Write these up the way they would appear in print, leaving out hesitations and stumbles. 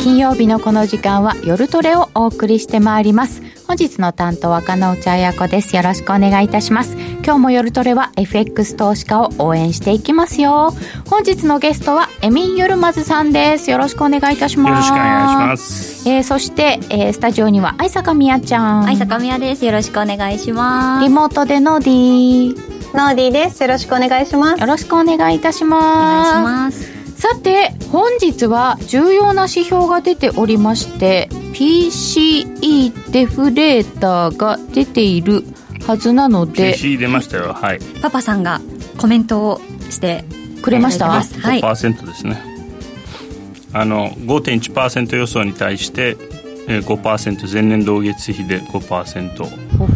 金曜日のこの時間は夜トレをお送りしてまいります。本日の担当は金内彩子です。よろしくお願いいたします。今日も夜トレは FX 投資家を応援していきますよ。本日のゲストはエミン・ユルマズさんです。よろしくお願いいたします。 よろしくお願いします。 そして、スタジオには相坂美也ちゃん。 相坂美也です。よろしくお願いします。 リモートでノーディー。 ノーディーです。よろしくお願いします。 よろしくお願いいたします。 お願いします。 さて本日は重要な指標が出ておりまして PCE デフレーターが出ているはずなので PCE 出ましたよ。はい。 パパさんがコメントをしてくれました。 はい、 5% ですね。5.1% 予想に対して 5%、 前年同月比で 5%、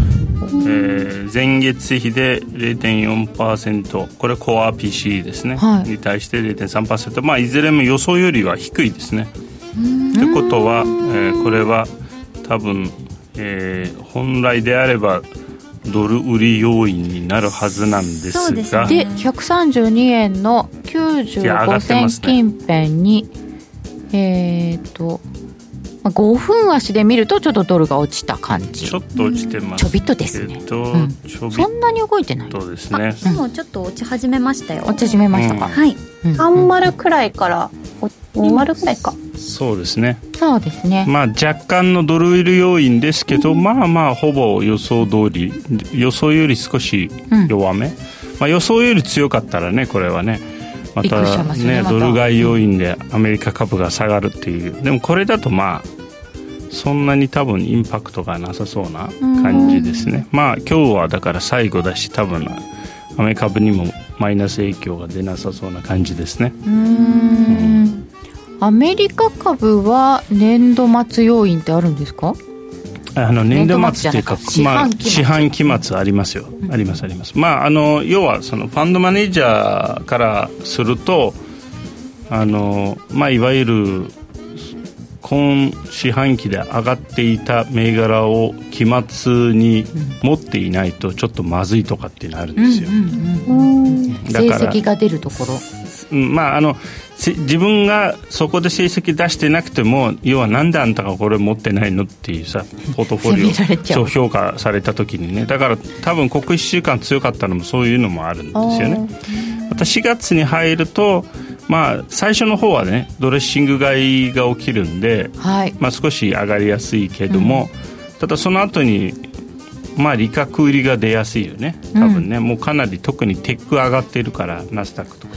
前月比で 0.4%、 これコア PCE ですね、はい、に対して 0.3%、 まあいずれも予想よりは低いですね。ということは、これは多分、本来であればドル売り要因になるはずなんですが、 で132円の95銭近辺に5分足で見るとちょっとドルが落ちた感じ。 ちょっと落ちてます。 ちょびっとですね、そんなに動いてない。 そうですね。 でもちょっと落ち始めましたよ。 落ち始めましたか、 はい、 30くらいから20くらいか。 そうですね。 そうですね。 まあ若干のドル売り要因ですけど、まあまあほぼ予想通り、予想より少し弱め、まあ予想より強かったらね、これはねまたね、ドル買い要因でアメリカ株が下がるっていう。でもこれだとまあそんなに多分インパクトがなさそうな感じですね。まあ今日はだから最後だし、多分アメリカ株にもマイナス影響が出なさそうな感じですね。 アメリカ株は年度末要因ってあるんですか？ 年度末っていうか、まあ、四半期末ありますよ、ありますあります。まあ要はそのファンドマネージャーからするとまあいわゆる今四半期で上がっていた銘柄を期末に持っていないとちょっとまずいとかっていうのあるんですよ。 成績が出るところ、 まあ自分がそこで成績出してなくても、要はなんであんたがこれ持ってないのっていうさ、ポートフォリオを評価された時にね。だから多分ここ1週間強かったのもそういうのもあるんですよね。また4月に入ると、まあ最初の方はねドレッシング買いが起きるんで、はい、まあ少し上がりやすいけども、ただその後にまあ利確売りが出やすいよね、多分ね。もうかなり特にテック上がっているから、ナスダックとか、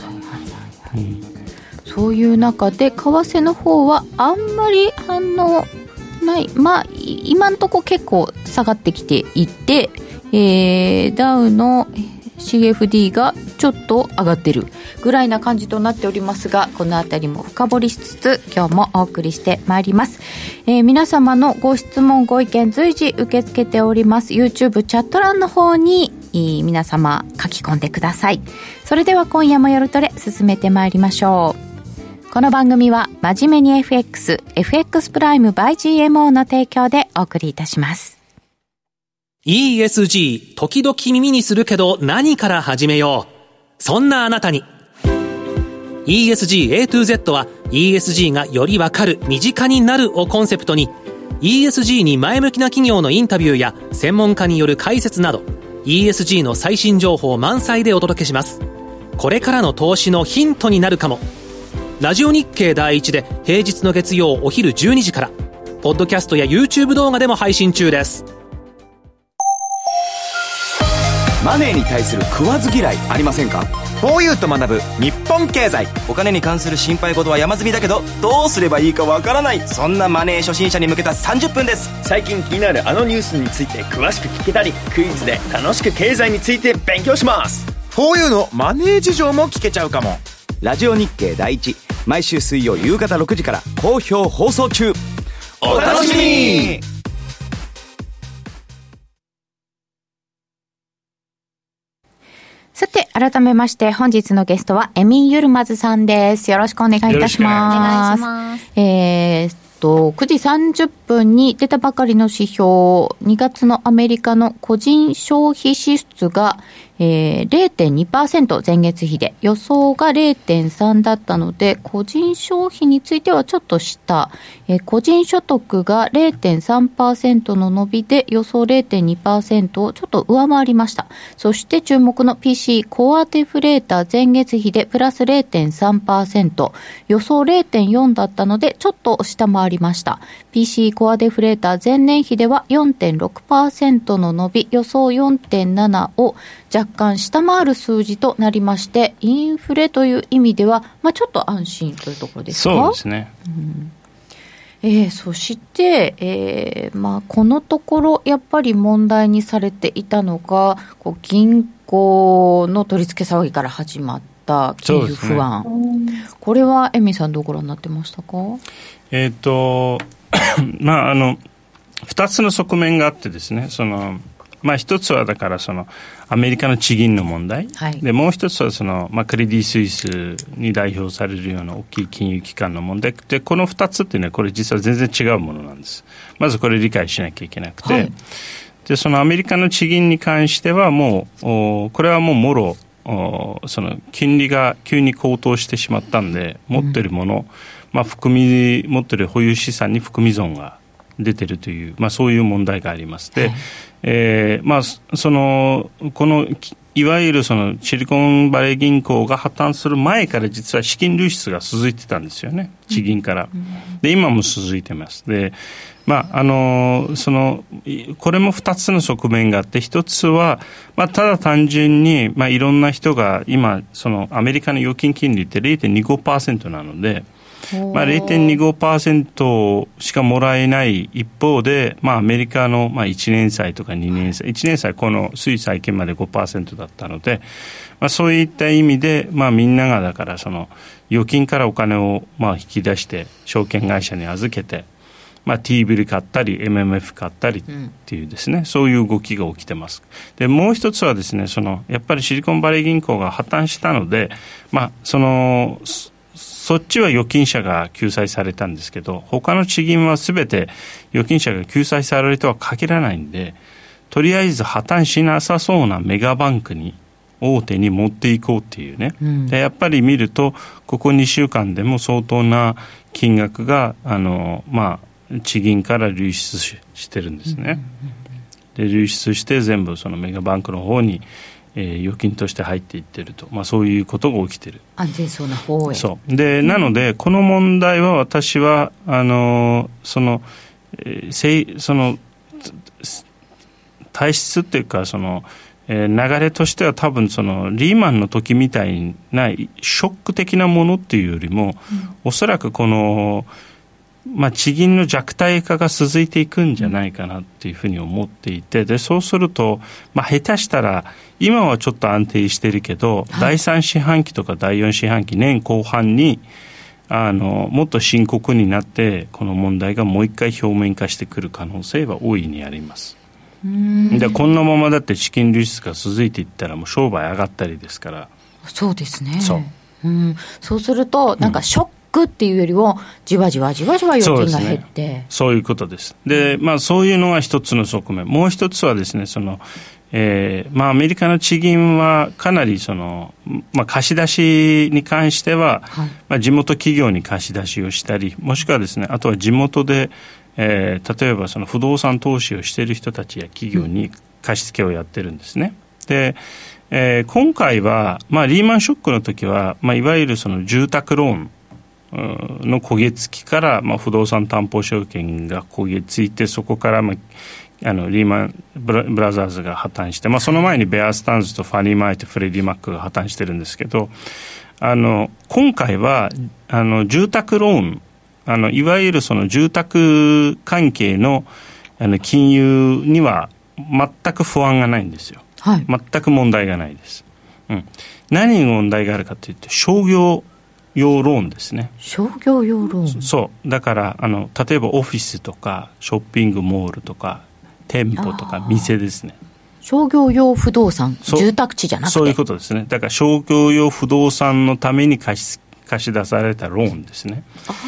そういう中で為替の方はあんまり反応ない。まあ今のところ結構下がってきていて、ダウの CFD がちょっと上がってるぐらいな感じとなっておりますが、このあたりも深掘りしつつ今日もお送りしてまいります。皆様のご質問ご意見随時受け付けております。 YouTube チャット欄の方に皆様書き込んでください。それでは今夜も夜トレ進めてまいりましょう。この番組は真面目に FX プライム by GMO の提供でお送りいたします。 ESG 時々耳にするけど何から始めよう、そんなあなたに ESG A to Z は ESG がよりわかる、身近になるをコンセプトに ESG に前向きな企業のインタビューや専門家による解説など ESG の最新情報満載でお届けします。これからの投資のヒントになるかも。ラジオ日経第一で平日の月曜お昼12時から、ポッドキャストや YouTube 動画でも配信中です。 マネーに対する食わず嫌いありませんか？ 4U と学ぶ日本経済。 お金に関する心配事は山積みだけど、どうすればいいかわからない、そんなマネー初心者に向けた30分です。 最近気になるあのニュースについて詳しく聞けたり、クイズで楽しく経済について勉強します。 4U のマネー事情も聞けちゃうかも。ラジオ日経第一、毎週水曜夕方6時から好評放送中。 お楽しみに。 さて改めまして本日のゲストはエミン・ユルマズさんです。よろしくお願いいたします。9時30 分に出たばかりの指標、2月のアメリカの個人消費支出が、0.2% 前月比で、予想が 0.3 だったので、個人消費についてはちょっと下、個人所得が 0.3% の伸びで、予想 0.2% をちょっと上回りました。そして注目の PC コアデフレーター前月比でプラス 0.3%、予想 0.4 だったのでちょっと下回りました。 PC コアデフレーター前年比では 4.6% の伸び、予想 4.7 を若干下回る数字となりまして、インフレという意味では、ちょっと安心というところですか。 そうですね。 そして、このところやっぱり問題にされていたのが、銀行の取り付け騒ぎから始まった金融不安、これはエミさんどうご覧になってましたか。 2つの側面があってですね、一つはだからアメリカの地銀の問題、でもう一つはクレディ・スイスに代表されるような大きい金融機関の問題で、この2つってね、これ実は全然違うものなんです。まずこれ理解しなきゃいけなくて、でアメリカの地銀に関してはもうこれはもうもろ金利が急に高騰してしまったんで、持ってるもの、持ってる保有資産に含み損が出てるという、そういう問題があります。で、このいわゆるシリコンバレー銀行が破綻する前から実は資金流出が続いてたんですよね、地銀から。で今も続いてます。でこれも2つの側面があって、1つは、ただ単純に、いろんな人が今アメリカの預金金利って 0.25% なので、0.25% しかもらえない一方で、アメリカの1年債とか2年債、1年債このつい最近まで 5% だったので、そういった意味で、みんながだから預金からお金を引き出して証券会社に預けて、T ビル買ったり MMF 買ったりっていうですね、そういう動きが起きてます。でもう一つはですね、やっぱりシリコンバレー銀行が破綻したので、そっちは預金者が救済されたんですけど、他の地銀は全て預金者が救済されるとは限らないんで、とりあえず破綻しなさそうなメガバンクに大手に持っていこうっていうね、でやっぱり見るとここ2週間でも相当な金額が地銀から流出してるんですね。で流出して全部メガバンクの方に預金として入っていってると、そういうことが起きてる。 安全そうな方へ。 そうで、なのでこの問題は私は体質っていうか流れとしては多分リーマンの時みたいなショック的なものっていうよりも、おそらくこの地銀の弱体化が続いていくんじゃないかなっていうふうに思っていて、でそうすると、下手したら今はちょっと安定してるけど、第3四半期とか第4四半期年後半にもっと深刻になって、この問題がもう一回表面化してくる可能性は大いにあります。でこんなままだって資金流出が続いていったらもう商売上がったりですから。 そうですね。そうするとショックっていうよりもじわじわ預金が減って、 そういうことです。で、そういうのが一つの側面。もう一つはですね、アメリカの地銀はかなり貸し出しに関しては、地元企業に貸し出しをしたり、もしくはですね、あとは地元で、例えば不動産投資をしている人たちや企業に貸し付けをやってるんですね。で今回は、リーマンショックの時は、いわゆる住宅ローンの焦げ付きから、不動産担保証券が焦げ付いて、そこから、リーマンブラザーズが破綻して、その前にベアスタンズとファニーマイとフレディマックが破綻してるんですけど、今回は住宅ローン、いわゆる住宅関係の金融には全く不安がないんですよ。全く問題がないです。何に問題があるかというと、商業用ローンですね。 商業用ローン。 そうだから例えばオフィスとかショッピングモールとか店舗とか店ですね。 商業用不動産、住宅地じゃなくて、 そういうことですね。だから商業用不動産のために貸し出されたローンですね。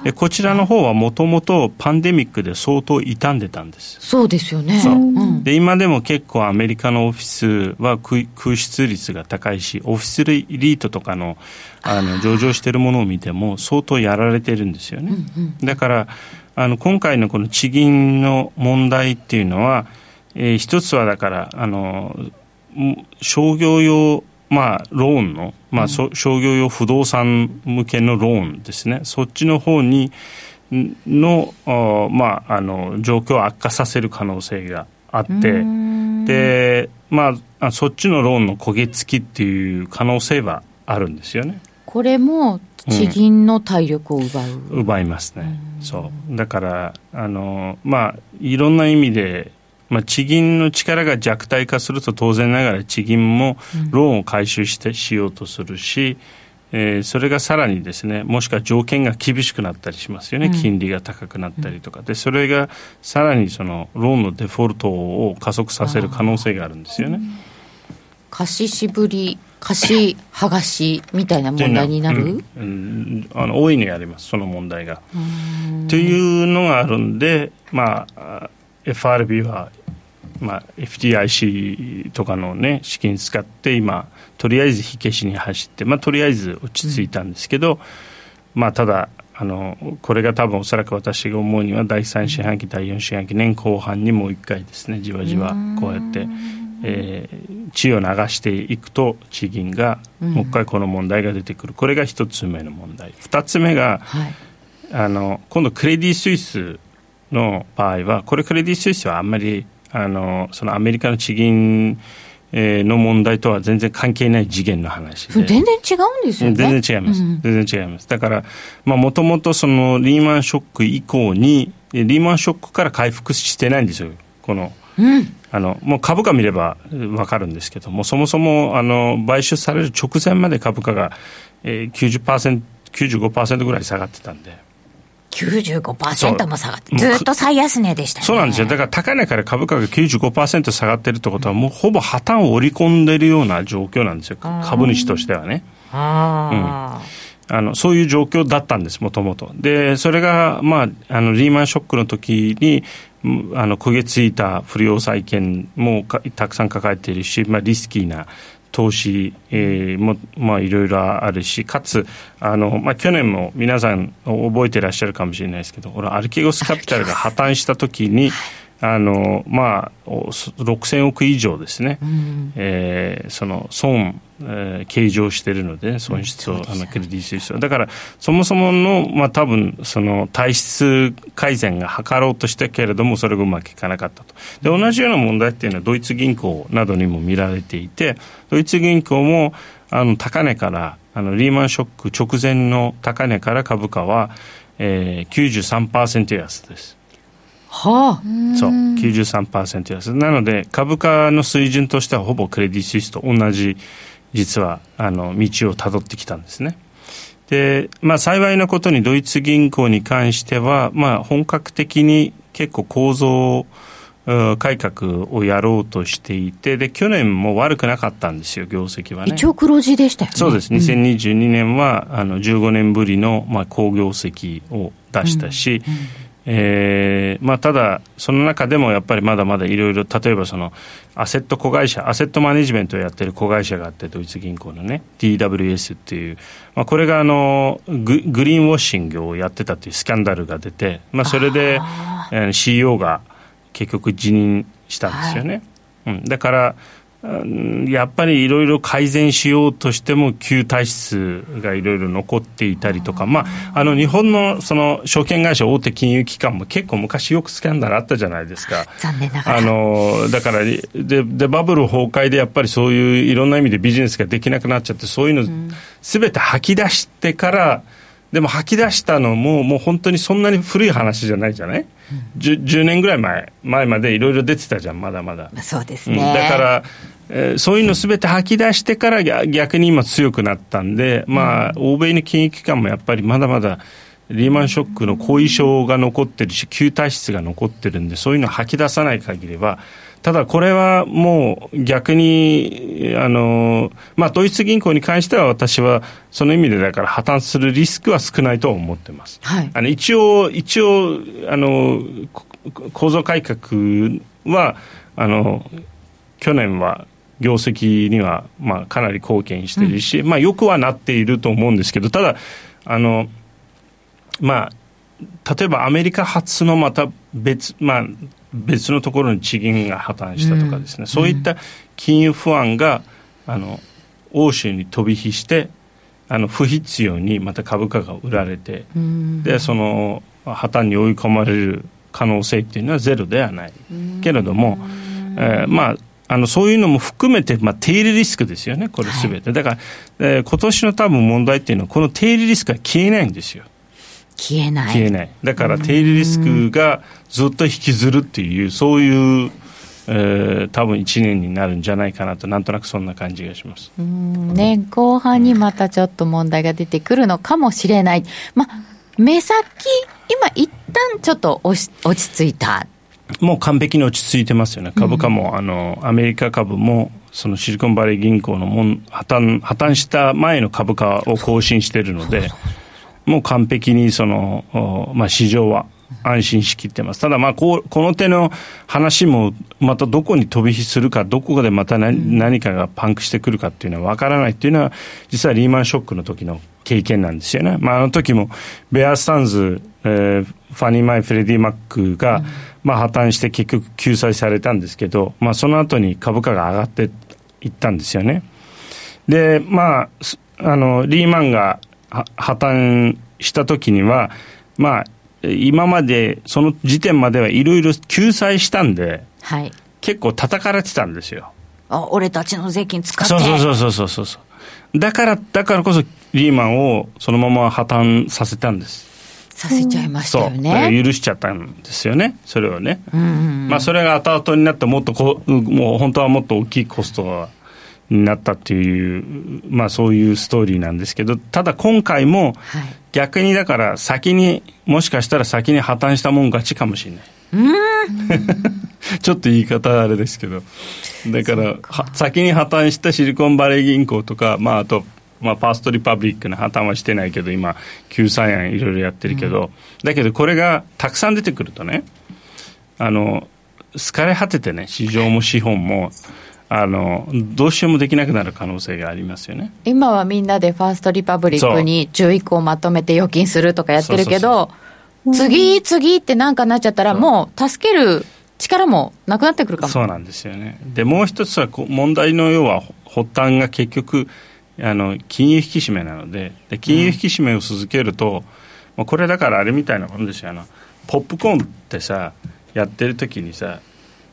でこちらの方はもともとパンデミックで相当傷んでたんです。 そうですよね。 そうで今でも結構アメリカのオフィスは空室率が高いし、オフィスリートとかの上場しているものを見ても相当やられてるんですよね、だから今回のこの地銀の問題っていうのは、一つはだから商業用ローンの、商業用不動産向けのローンですね、そっちの方にの、状況を悪化させる可能性があって、で、そっちのローンの焦げ付きっていう可能性はあるんですよね。 これも地銀の体力を奪いますね。そうだからいろんな意味で地銀の力が弱体化すると当然ながら地銀もローンを回収しようとするし、それがさらにですね、もしくは条件が厳しくなったりしますよね、金利が高くなったりとかで、それがさらにそのローンのデフォルトを加速させる可能性があるんですよね。 貸し渋り、貸し剥がしみたいな問題になる、 大いにあります、その問題がというのがあるんで、FRB はFDIC とかの、ね、資金使って今とりあえず火消しに走って、とりあえず落ち着いたんですけど、ただこれが多分おそらく私が思うには第3四半期第4四半期年後半にもう一回ですね、じわじわこうやって、血を流していくと地銀がもう一回この問題が出てくる。これが一つ目の問題。二つ目が、今度クレディ・スイスの場合は、これクレディ・スイスはあんまりそのアメリカの地銀の問題とは全然関係ない次元の話で、 全然違うんですよね。 全然違います、全然違います。だからもともとそのリーマンショック以降にリーマンショックから回復してないんですよ。このもう株価見れば分かるんですけども、そもそも買収される直前まで株価が90%、95% ぐらい下がってたんで、 95% も下がってずっと最安値でしたよね。 そうなんですよ。だから高値から株価が 95% 下がってるってことはもうほぼ破綻を織り込んでるような状況なんですよ、株主としてはね。そういう状況だったんです、もともと。でそれが、リーマンショックの時に焦げついた不良債権もたくさん抱えているし、リスキーな投資、もいろいろあるし、かつ去年も皆さん覚えていらっしゃるかもしれないですけど、アルケゴスカピタルが破綻した時に6000億以上ですね、その損、計上しているので、損失をクレディ・スイスはだからそもそもの、多分その体質改善が図ろうとしたけれどもそれがうまくいかなかったと。で同じような問題っていうのはドイツ銀行などにも見られていて、ドイツ銀行も高値からリーマンショック直前の高値から株価は、93% 安です。 そう 93% 安なので、株価の水準としてはほぼクレディ・スイスと同じ実は道をたどってきたんですね。で、幸いなことにドイツ銀行に関しては、本格的に結構構造改革をやろうとしていて、で去年も悪くなかったんですよ、業績はね。 一応黒字でしたよね。 そうです。2022年は15年ぶりの好業績を出したし、ただその中でもやっぱりまだまだいろいろ、例えばそのアセット子会社、アセットマネジメントをやってる子会社があって、ドイツ銀行のね DWS っていう、これがグリーンウォッシングをやってたというスキャンダルが出て、それでCEO が結局辞任したんですよね、だからやっぱりいろいろ改善しようとしても旧体質がいろいろ残っていたりとか、日本のその証券会社大手金融機関も結構昔よくスキャンダルあったじゃないですか。 残念ながらだからでバブル崩壊でやっぱりそういういろんな意味でビジネスができなくなっちゃって、そういうの全て吐き出してから、でも吐き出したのももう本当にそんなに古い話じゃないじゃない、10年ぐらい前までいろいろ出てたじゃん、まだまだ。 そうですね、 だからそういうのすべて吐き出してから逆に今強くなったんで、欧米の金融機関もやっぱりまだまだリーマンショックの後遺症が残ってるし、旧体質が残ってるんで、そういうのを吐き出さない限りはただこれはもう逆にドイツ銀行に関しては私はその意味でだから破綻するリスクは少ないと思ってます、はい、一応構造改革は去年は業績にはかなり貢献しているし、よくはなっていると思うんですけど、ただ例えばアメリカ発のまた別のところに地銀が破綻したとかですね、そういった金融不安が欧州に飛び火して不必要にまた株価が売られて、でその破綻に追い込まれる可能性っていうのはゼロではないけれども、そういうのも含めて、低利リスクですよね、これすべて、はい、だから、今年の多分問題っていうのはこの低利リスクが消えないんですよ。 消えないだから低利リスクがずっと引きずるっていうそういう、多分1年になるんじゃないかなと、なんとなくそんな感じがします。 年後半にまたちょっと問題が出てくるのかもしれない。目先今一旦ちょっと落ち着いた、 もう完璧に落ち着いてますよね。株価もアメリカ株もそのシリコンバレー銀行の破綻した前の株価を更新しているので、もう完璧にその、市場は安心しきってます。ただこの手の話もまたどこに飛び火するか、どこでまた何かがパンクしてくるかっていうのは分からないっていうのは実はリーマンショックの時の経験なんですよね。あの時もベアスタンズ、ファニーマイフレディマックが、破綻して結局救済されたんですけど、その後に株価が上がっていったんですよね。でリーマンが破綻した時には今までその時点まではいろいろ救済したんで、はい、結構叩かれてたんですよ。 俺たちの税金使って。 そうだからこそリーマンをそのまま破綻させたんです。 させちゃいましたよね。 許しちゃったんですよね、それをね。それが後々になってもう本当はもっと大きいコストになったっていう、そういうストーリーなんですけど、ただ今回も逆にだからもしかしたら先に破綻したもん勝ちかもしれないちょっと言い方あれですけど、だから先に破綻したシリコンバレー銀行とか、あとファーストリパブリックの破綻はしてないけど今救済案いろいろやってるけど、だけどこれがたくさん出てくるとね、疲れ果ててね、市場も資本もどうしようもできなくなる可能性がありますよね。 今はみんなでファーストリパブリックに11個をまとめて預金するとかやってるけど、次ってなんかなっちゃったらもう助ける力もなくなってくるかも。 そうなんですよね。でもう一つは問題の要は発端が結局金融引き締めなので、金融引き締めを続けると、これだからあれみたいなもんですよ。ポップコーンってさやってる時にさ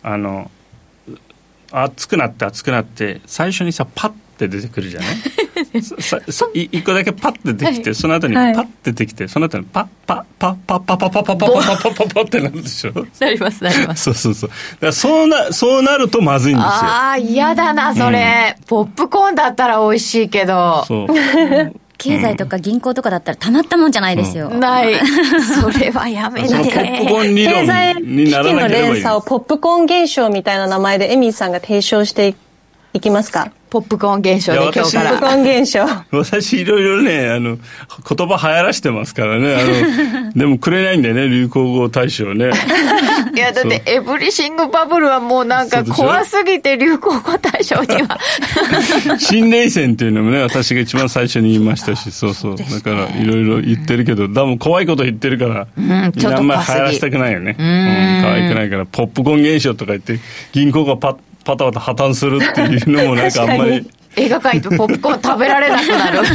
熱くなって最初にさパッて出てくるじゃない一個だけパッて出てきて、その後にパッて出てきて、その後にパッパッパッパッパッパッパッパッパッパッパッパッパッってなるでしょ。 なりますだからそうなるとまずいんですよ。 嫌だなそれ、ポップコーンだったら美味しいけど、 経済とか銀行とかだったらたまったもんじゃないですよ。 ない。それはやめて。 ポップコーン理論にならなければいい。経済危機の連鎖をポップコーン現象みたいな名前でエミーさんが提唱していきますか。 ポップコーン現象で今日から。 ポップコーン現象。 私いろいろね言葉流行らしてますからね。でもくれないんだよね、流行語大賞ね。 いやだってエブリシングバブルはもうなんか怖すぎて流行語大賞には。 新冷戦っていうのもね、私が一番最初に言いましたし、だからいろいろ言ってるけど、多分怖いこと言ってるから、みんなあんまり流行らせたくないよね。可愛くないからポップコーン現象とか言って銀行がパタパタ破綻するっていうのもなんかあんまり映画館とポップコーン食べられなくなる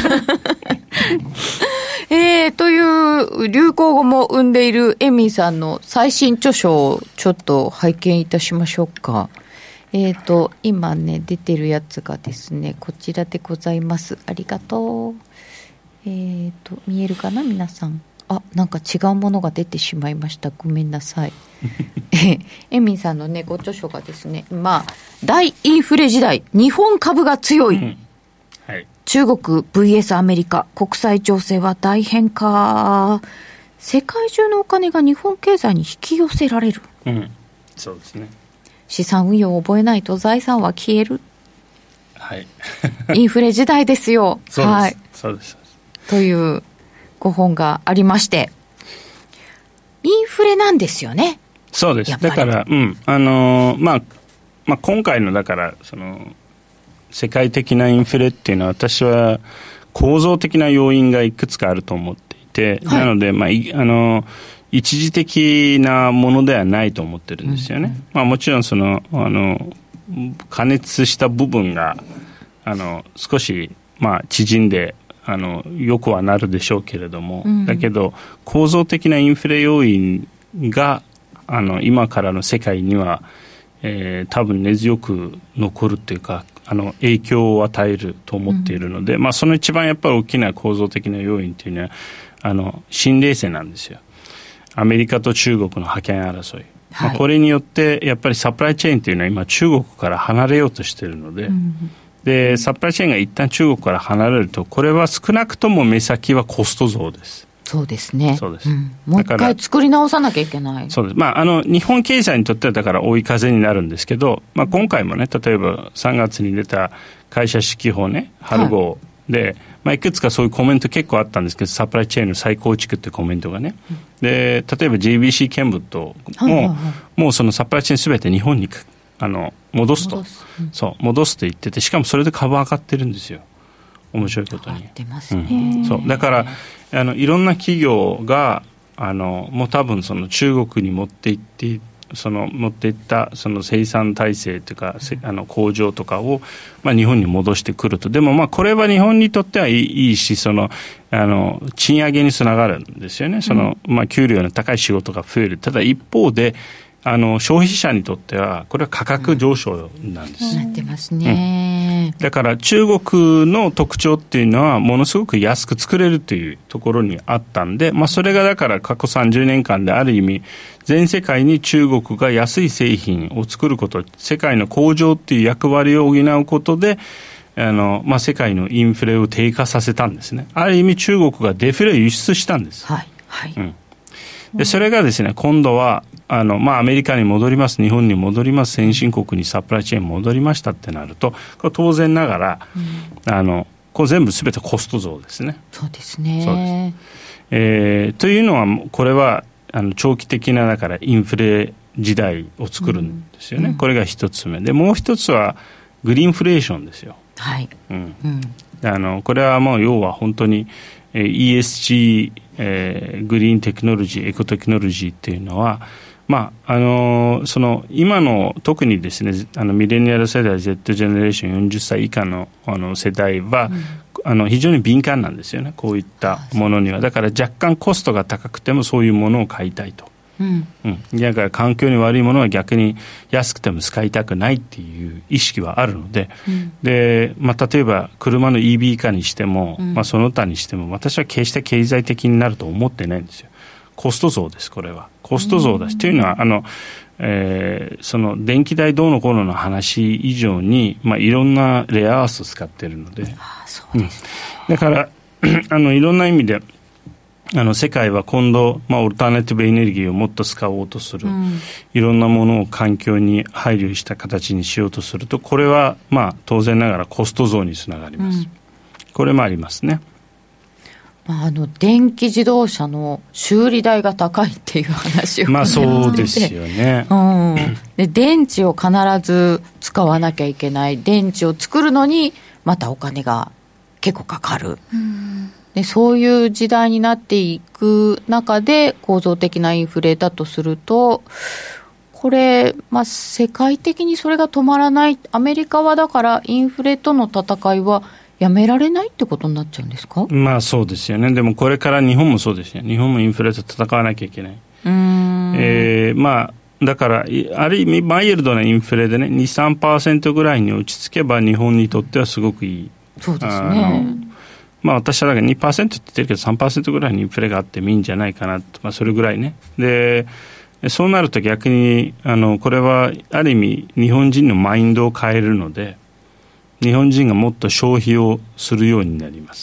という流行語も生んでいるエミーさんの最新著書をちょっと拝見いたしましょうか。今ね出てるやつがですねこちらでございます。ありがとう。見えるかな皆さん。なんか違うものが出てしまいました。ごめんなさい。エミンさんのねご著書がですね、大インフレ時代日本株が強い、はい、中国 vs アメリカ国際情勢は大変化、世界中のお金が日本経済に引き寄せられる、 そうですね。 資産運用を覚えないと財産は消える、 はい、 インフレ時代ですよ。 そうです、 はい、 そうです。 というご本がありまして、インフレなんですよね。 そうです。だから、今回のだからその世界的なインフレっていうのは、私は構造的な要因がいくつかあると思っていて、はい、なので、一時的なものではないと思ってるんですよね。もちろんその加熱した部分が少し縮んでよくはなるでしょうけれども、だけど構造的なインフレ要因が今からの世界には、多分根強く残るというか影響を与えると思っているので、その一番やっぱり大きな構造的な要因というのは新冷戦なんですよ。アメリカと中国の覇権争い、はい、これによってやっぱりサプライチェーンというのは今中国から離れようとしているので、でサプライチェーンが一旦中国から離れると、これは少なくとも目先はコスト増です。 そうですね。 そうです、 もう一回作り直さなきゃいけない。 そうです。日本経済にとってはだから追い風になるんですけど、今回もね、例えば3月に出た会社指揮法ね、春号で、いくつかそういうコメント結構あったんですけど、サプライチェーンの再構築っていうコメントがね、で例えば JBC ケンブットも、もうそのサプライチェーンすべて日本に戻すと、戻すと言ってて、しかもそれで株上がってるんですよ。面白いことに。 出ますね。 そうだからいろんな企業がもう多分その中国に持っていったその生産体制というか工場とかを日本に戻してくると。でもこれは日本にとってはいいし、賃上げにつながるんですよね。給料の高い仕事が増える。ただ一方で消費者にとってはこれは価格上昇なんです。 なってますね。 だから中国の特徴っていうのはものすごく安く作れるというところにあったんで、それがだから過去30年間である意味全世界に中国が安い製品を作ること、世界の工場っていう役割を補うことで世界のインフレを低下させたんですね。ある意味中国がデフレを輸出したんです。 はいはい。 でそれがですね、今度はアメリカに戻ります、日本に戻ります、先進国にサプライチェーン戻りましたってなると、これ当然ながら、これ全部すべてコスト増ですね。 そうですね。 そうです。というのはこれは長期的なだからインフレ時代を作るんですよね。これが一つ目で、もう一つはグリーンフレーションですよ。 はい。 これはもう要は本当にESG、グリーンテクノロジー、エコテクノロジーっていうのはその今の特にですね、ミレニアル世代 Z ジェネレーション40歳以下の世代は、非常に敏感なんですよね、こういったものには。だから若干コストが高くてもそういうものを買いたいと。だから環境に悪いものは逆に安くても使いたくないっていう意識はあるので、で例えば車の EV 化にしても、その他にしても私は決して経済的になると思ってないんですよ。コスト増です。これはコスト増だし、というのはその電気代どうのこうのの話以上に、いろんなレアアースを使っているので、 そうですね。だからいろんな意味で世界は今度、オルタナティブエネルギーをもっと使おうとする、いろんなものを環境に配慮した形にしようとすると、これは当然ながらコスト増につながります。これもありますね。 電気自動車の修理代が高いっていう話をそうですよね。 で電池を必ず使わなきゃいけない。電池を作るのにまたお金が結構かかる。でそういう時代になっていく中で構造的なインフレだとすると、これ、世界的にそれが止まらない。アメリカはだからインフレとの戦いはやめられないってことになっちゃうんですか？ そうですよね。でもこれから日本もそうですね。日本もインフレと戦わなきゃいけない。だからある意味マイルドなインフレでね 2,3% ぐらいに落ち着けば日本にとってはすごくいい。 そうですね。 私はだから 2% って言ってるけど 3% ぐらいにインフレがあってもいいんじゃないかなと、それぐらいね。でそうなると逆にこれはある意味日本人のマインドを変えるので、日本人がもっと消費をするようになります。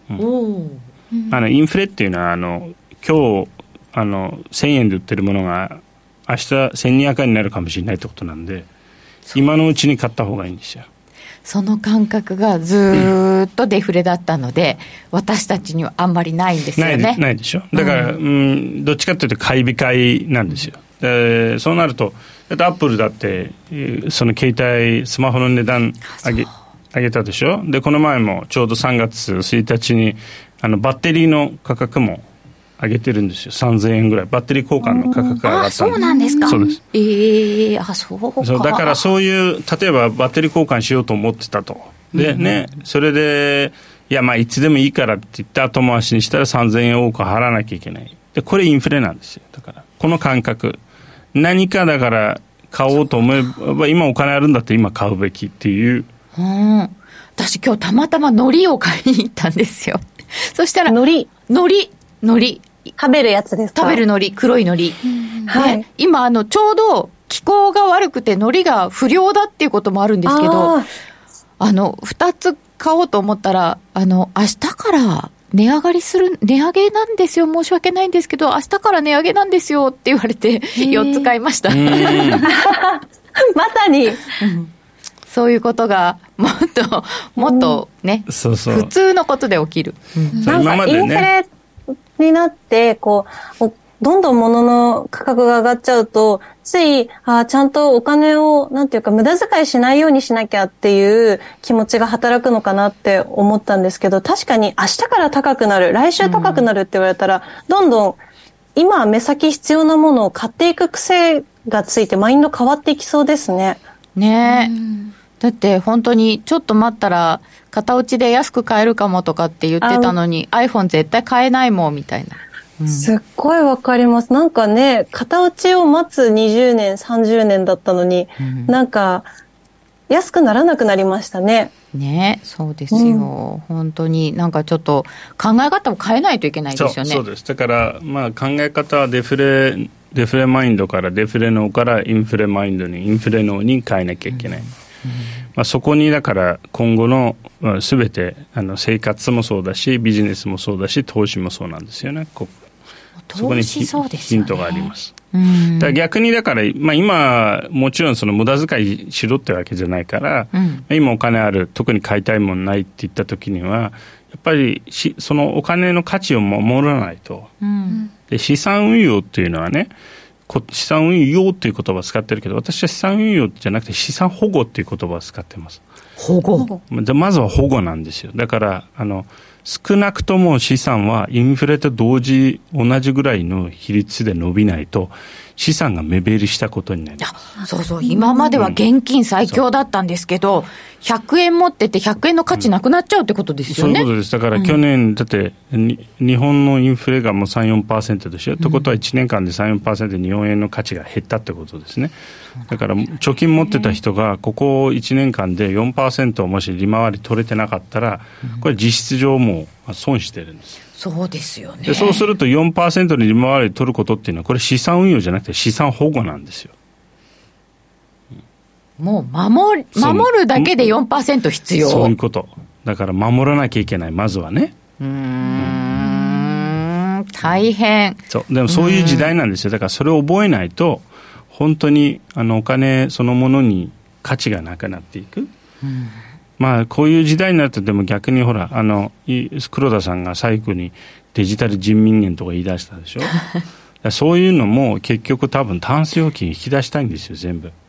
インフレっていうのは今日1000円で売ってるものが明日1200円になるかもしれないってことなんで、今のうちに買った方がいいんですよ。 その感覚がずっとデフレだったので、私たちにはあんまりないんですよね。 ないでしょ。だから、どっちかというと買い控えなんですよ。そうなると、アップルだってその携帯スマホの値段上げたでしょ。でこの前もちょうど3月1日にバッテリーの価格も上げてるんですよ。3000円ぐらいバッテリー交換の価格が上がったんです。 そうなんですか。 そうです。 そうか。 そうだからそういう例えばバッテリー交換しようと思ってたと。でね、それでいやまあいつでもいいからって言って後回しにしたら3000円多く払わなきゃいけない。でこれインフレなんですよ。だからこの感覚、何かだから買おうと思えば今お金あるんだって今買うべきっていう。 私今日たまたま海苔を買いに行ったんですよ。そしたら海苔食べるやつですか。 食べる海苔、黒い海苔、はい、今ちょうど気候が悪くて海苔が不良だっていうこともあるんですけど、2つ買おうと思ったら明日から値上げなんですよ、申し訳ないんですけど明日から値上げなんですよって言われて4つ買いました。 まさに、 そういうことがもっとね、 そう普通のことで起きる。 なんかインフレになってどんどん物の価格が上がっちゃうと、ついちゃんとお金をなんていうか無駄遣いしないようにしなきゃっていう気持ちが働くのかなって思ったんですけど、確かに明日から高くなる、来週高くなるって言われたら、どんどん今目先必要なものを買っていく癖がついてマインド変わっていきそうですね。 ねえ。だって本当にちょっと待ったら片落ちで安く買えるかもとかって言ってたのに iPhone 絶対買えないもんみたいな、 すっごいわかります。なんかね、片落ちを待つ20年30年だったのに、なんか安くならなくなりましたね。 ね、そうですよ、本当になんかちょっと考え方を変えないといけないですよね。 そうです。だからまあ考え方はデフレマインドからデフレ脳からインフレマインドにインフレ脳に変えなきゃいけない。まあ、そこにだから今後の全て生活もそうだしビジネスもそうだし投資もそうなんですよね。そこにヒントがあります。だから逆にだから、まあ、今もちろんその無駄遣いしろってわけじゃないから、今お金ある、特に買いたいものないって言った時にはやっぱりそのお金の価値を守らないと、で資産運用っていうのはね、資産運用っていう言葉を使ってるけど、私は資産運用じゃなくて資産保護っていう言葉を使ってます。 保護。 まずは保護なんですよ。だから少なくとも資産はインフレと同じぐらいの比率で伸びないと資産が目減りしたことになる。 そうそう、今までは現金最強だったんですけど、100円持ってて100円の価値なくなっちゃうってことですよね。 そういうことです。だから去年、だって日本のインフレがもう 3,4% でしょ、ってことは1年間で 3,4% で日本円の価値が減ったってことですね。だから貯金持ってた人がここ1年間で 4% をもし利回り取れてなかったら、これ実質上もう損してるんですよ。 そうですよね。 でそうすると 4% に利回り取ることっていうのはこれ資産運用じゃなくて資産保護なんですよ。 もう守るだけで 4% 必要。 そういうこと。だから守らなきゃいけない、まずはね。 大変。 でもそういう時代なんですよ。だからそれを覚えないと本当にお金そのものに価値がなくなっていく。まあこういう時代になると、でも逆にほら黒田さんが最後にデジタル人民元とか言い出したでしょ。そういうのも結局多分タンス預金引き出したいんですよ、全部。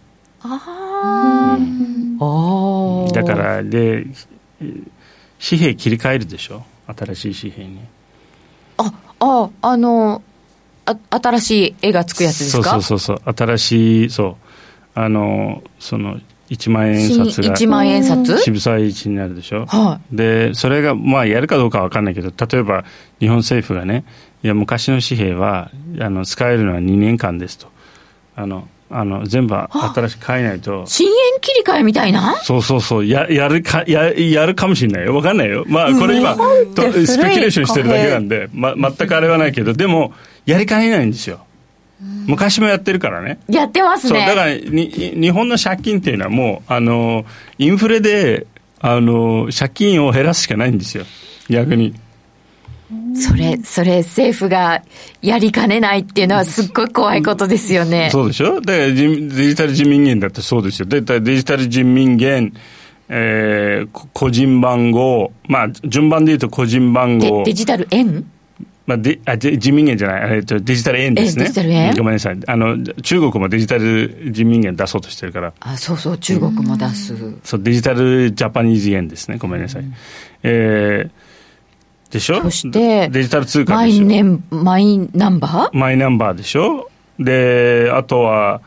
だからで紙幣切り替えるでしょ、新しい紙幣に。 新しい絵がつくやつですか。 そう新しい、その1万円札が 1万円札渋沢栄一になるでしょ、 でそれがまあやるかどうかは分かんないけど、例えば日本政府がね、いや昔の紙幣は使えるのは2年間ですと、全部新しく変えないと。 新円切り替えみたいな。 そうやるかもしれないよ、分かんないよ。まあこれ今スペキュレーションしてるだけなんで、全くあれはないけど、でもやりかねないんですよ。昔もやってるからね。 やってますね。 そうだから日本の借金っていうのはもうインフレで借金を減らすしかないんですよ、逆に。 それ政府がやりかねないっていうのはすっごい怖いことですよね。 そうでしょ。でデジタル人民元だってそうですよ。デジタル人民元、個人番号、まあ順番で言うと個人番号、 デジタル円、 まあ、人民元じゃない、デジタル円ですね。 デジタル円、ごめんなさい。中国もデジタル人民元出そうとしてるから。 あ、そうそう、中国も出す。 そう、デジタルジャパニーズ円ですね。ごめんなさい。でしょ。 そしてデジタル通貨でしょ。 マイナンバーでしょ。で、あとは、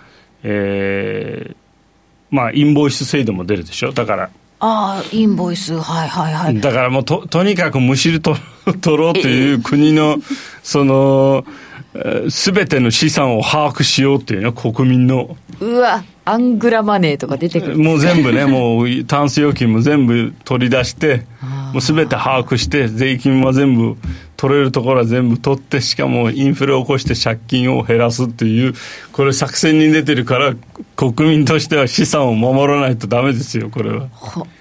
まあ、インボイス制度も出るでしょ。だから。 インボイス、はいはいはい。 だからもうとにかくむしり取ろうという国の、その、すべての資産を把握しようっていうね、国民の。 うわ、アングラマネーとか出てくる。 もう全部ね、もうタンス預金も全部取り出して、もうすべて把握して、税金は全部取れるところは全部取って、しかもインフレを起こして借金を減らすっていう、これ作戦に出てるから、国民としては資産を守らないとダメですよ、これは。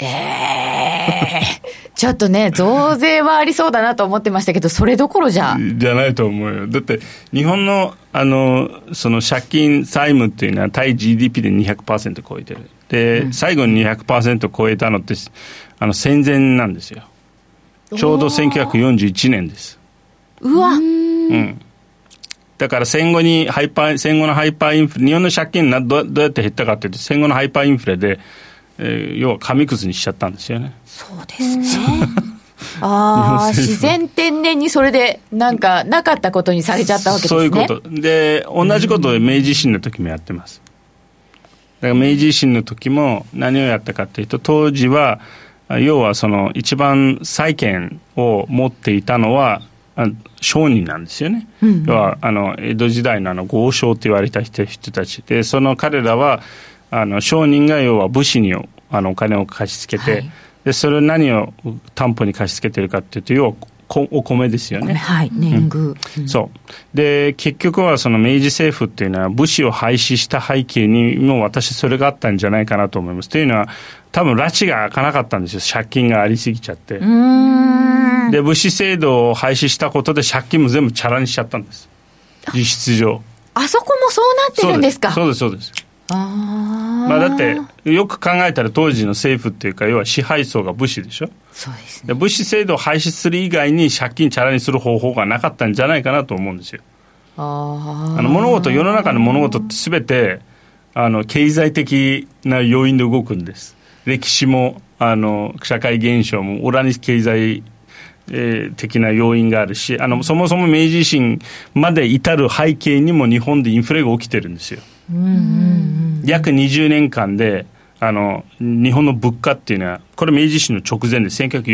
ちょっとね、増税はありそうだなと思ってましたけど、それどころじゃないと思うよ。だって日本のその借金債務っていうのは対 GDP で 200% 超えてる。で、最後に 200% 超えたのって戦前なんですよ。ちょうど1941年です。 うわ。 だから戦後のハイパーインフレ、日本の借金どうやって減ったかっていうと、戦後のハイパーインフレで、要は紙くずにしちゃったんですよね。 そうですね。自然天然にそれでなんかなかったことにされちゃったわけですね。 そういうことで、同じことを明治維新の時もやってます。だから明治維新の時も何をやったかというと、当時は要はその一番債権を持っていたのは商人なんですよね。要は江戸時代の豪商と言われた人たちで、その彼らは商人が要は武士にお金を貸し付けて、でそれを何を担保に貸し付けてるかっていうと、要はお米ですよね。 はい、年貢、 そうで結局はその明治政府っていうのは武士を廃止した背景にも私それがあったんじゃないかなと思います。というのは多分拉致が開かなかったんですよ。借金がありすぎちゃって。で武士制度を廃止したことで借金も全部チャラにしちゃったんです、実質上。 あそこもそうなってるんですか。 そうですそうです。まあ、だってよく考えたら当時の政府っていうか、要は支配層が武士でしょ。 そうですね。 で武士制度を廃止する以外に借金チャラにする方法がなかったんじゃないかなと思うんですよ。世の中の物事って全て経済的な要因で動くんです。歴史も社会現象も裏に経済的な要因があるし、そもそも明治維新まで至る背景にも日本でインフレが起きてるんですよ。約20年間で日本の物価っていうのは、これ明治維新の直前で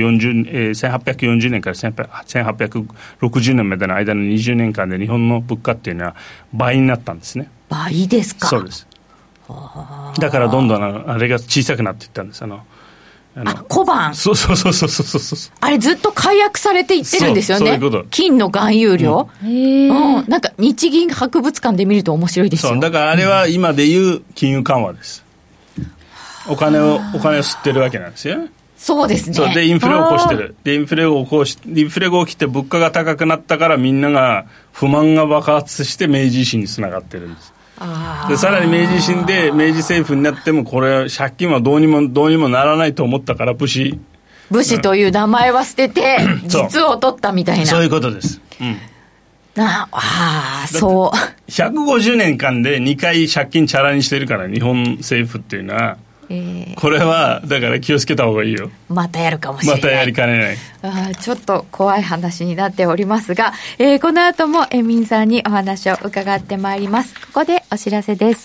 1840年から1860年までの間の20年間で日本の物価っていうのは倍になったんですね。 倍ですか。 そうです。だからどんどんあれが小さくなっていったんです。 小判。 そうあれずっと解約されていってるんですよね。 そういうこと。 金の含有量。なんか日銀博物館で見ると面白いですよ。 そうだからあれは今でいう金融緩和です。お金を吸ってるわけなんですよ。 そうですね。 そうでインフレを起こしてる。でインフレが起きて物価が高くなったから、みんなが不満が爆発して明治維新につながってるんです。でさらに明治維新で明治政府になっても、これ借金はどうにもならないと思ったから、武士という名前は捨てて実を取ったみたいな。 そういうことです。 そう 150年間で2回借金チャラにしてるから、日本政府っていうのは。これはだから気をつけた方がいいよ。 またやるかもしれない。 またやりかねない。ちょっと怖い話になっておりますが、この後もエミンさんにお話を伺ってまいります。ここでお知らせです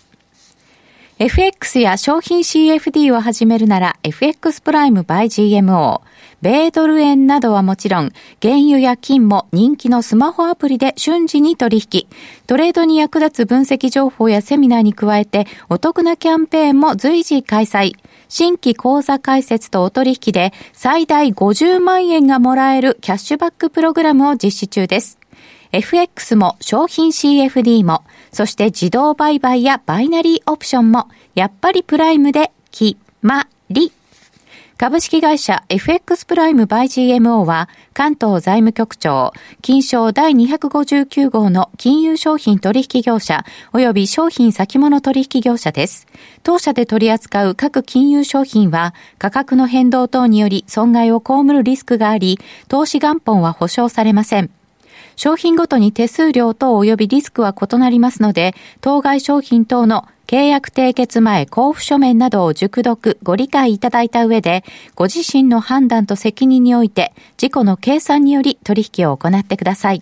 。FX や商品 CFD を始めるなら FX プライム by GMO。米ドル円などはもちろん、原油や金も人気のスマホアプリで瞬時に取引。トレードに役立つ分析情報やセミナーに加えて、お得なキャンペーンも随時開催。新規口座開設とお取引で最大50万円がもらえるキャッシュバックプログラムを実施中です。FX も商品 CFD も、そして自動売買やバイナリーオプションも、やっぱりプライムで決まり。 株式会社 FX プライムバイ GMO は関東財務局長金商第259号の金融商品取引業者及び商品先物取引業者です。当社で取り扱う各金融商品は価格の変動等により損害を被るリスクがあり、投資元本は保証されません。商品ごとに手数料等及びリスクは異なりますので、当該商品等の契約締結前交付書面などを熟読ご理解いただいた上で、ご自身の判断と責任において自己の計算により取引を行ってください。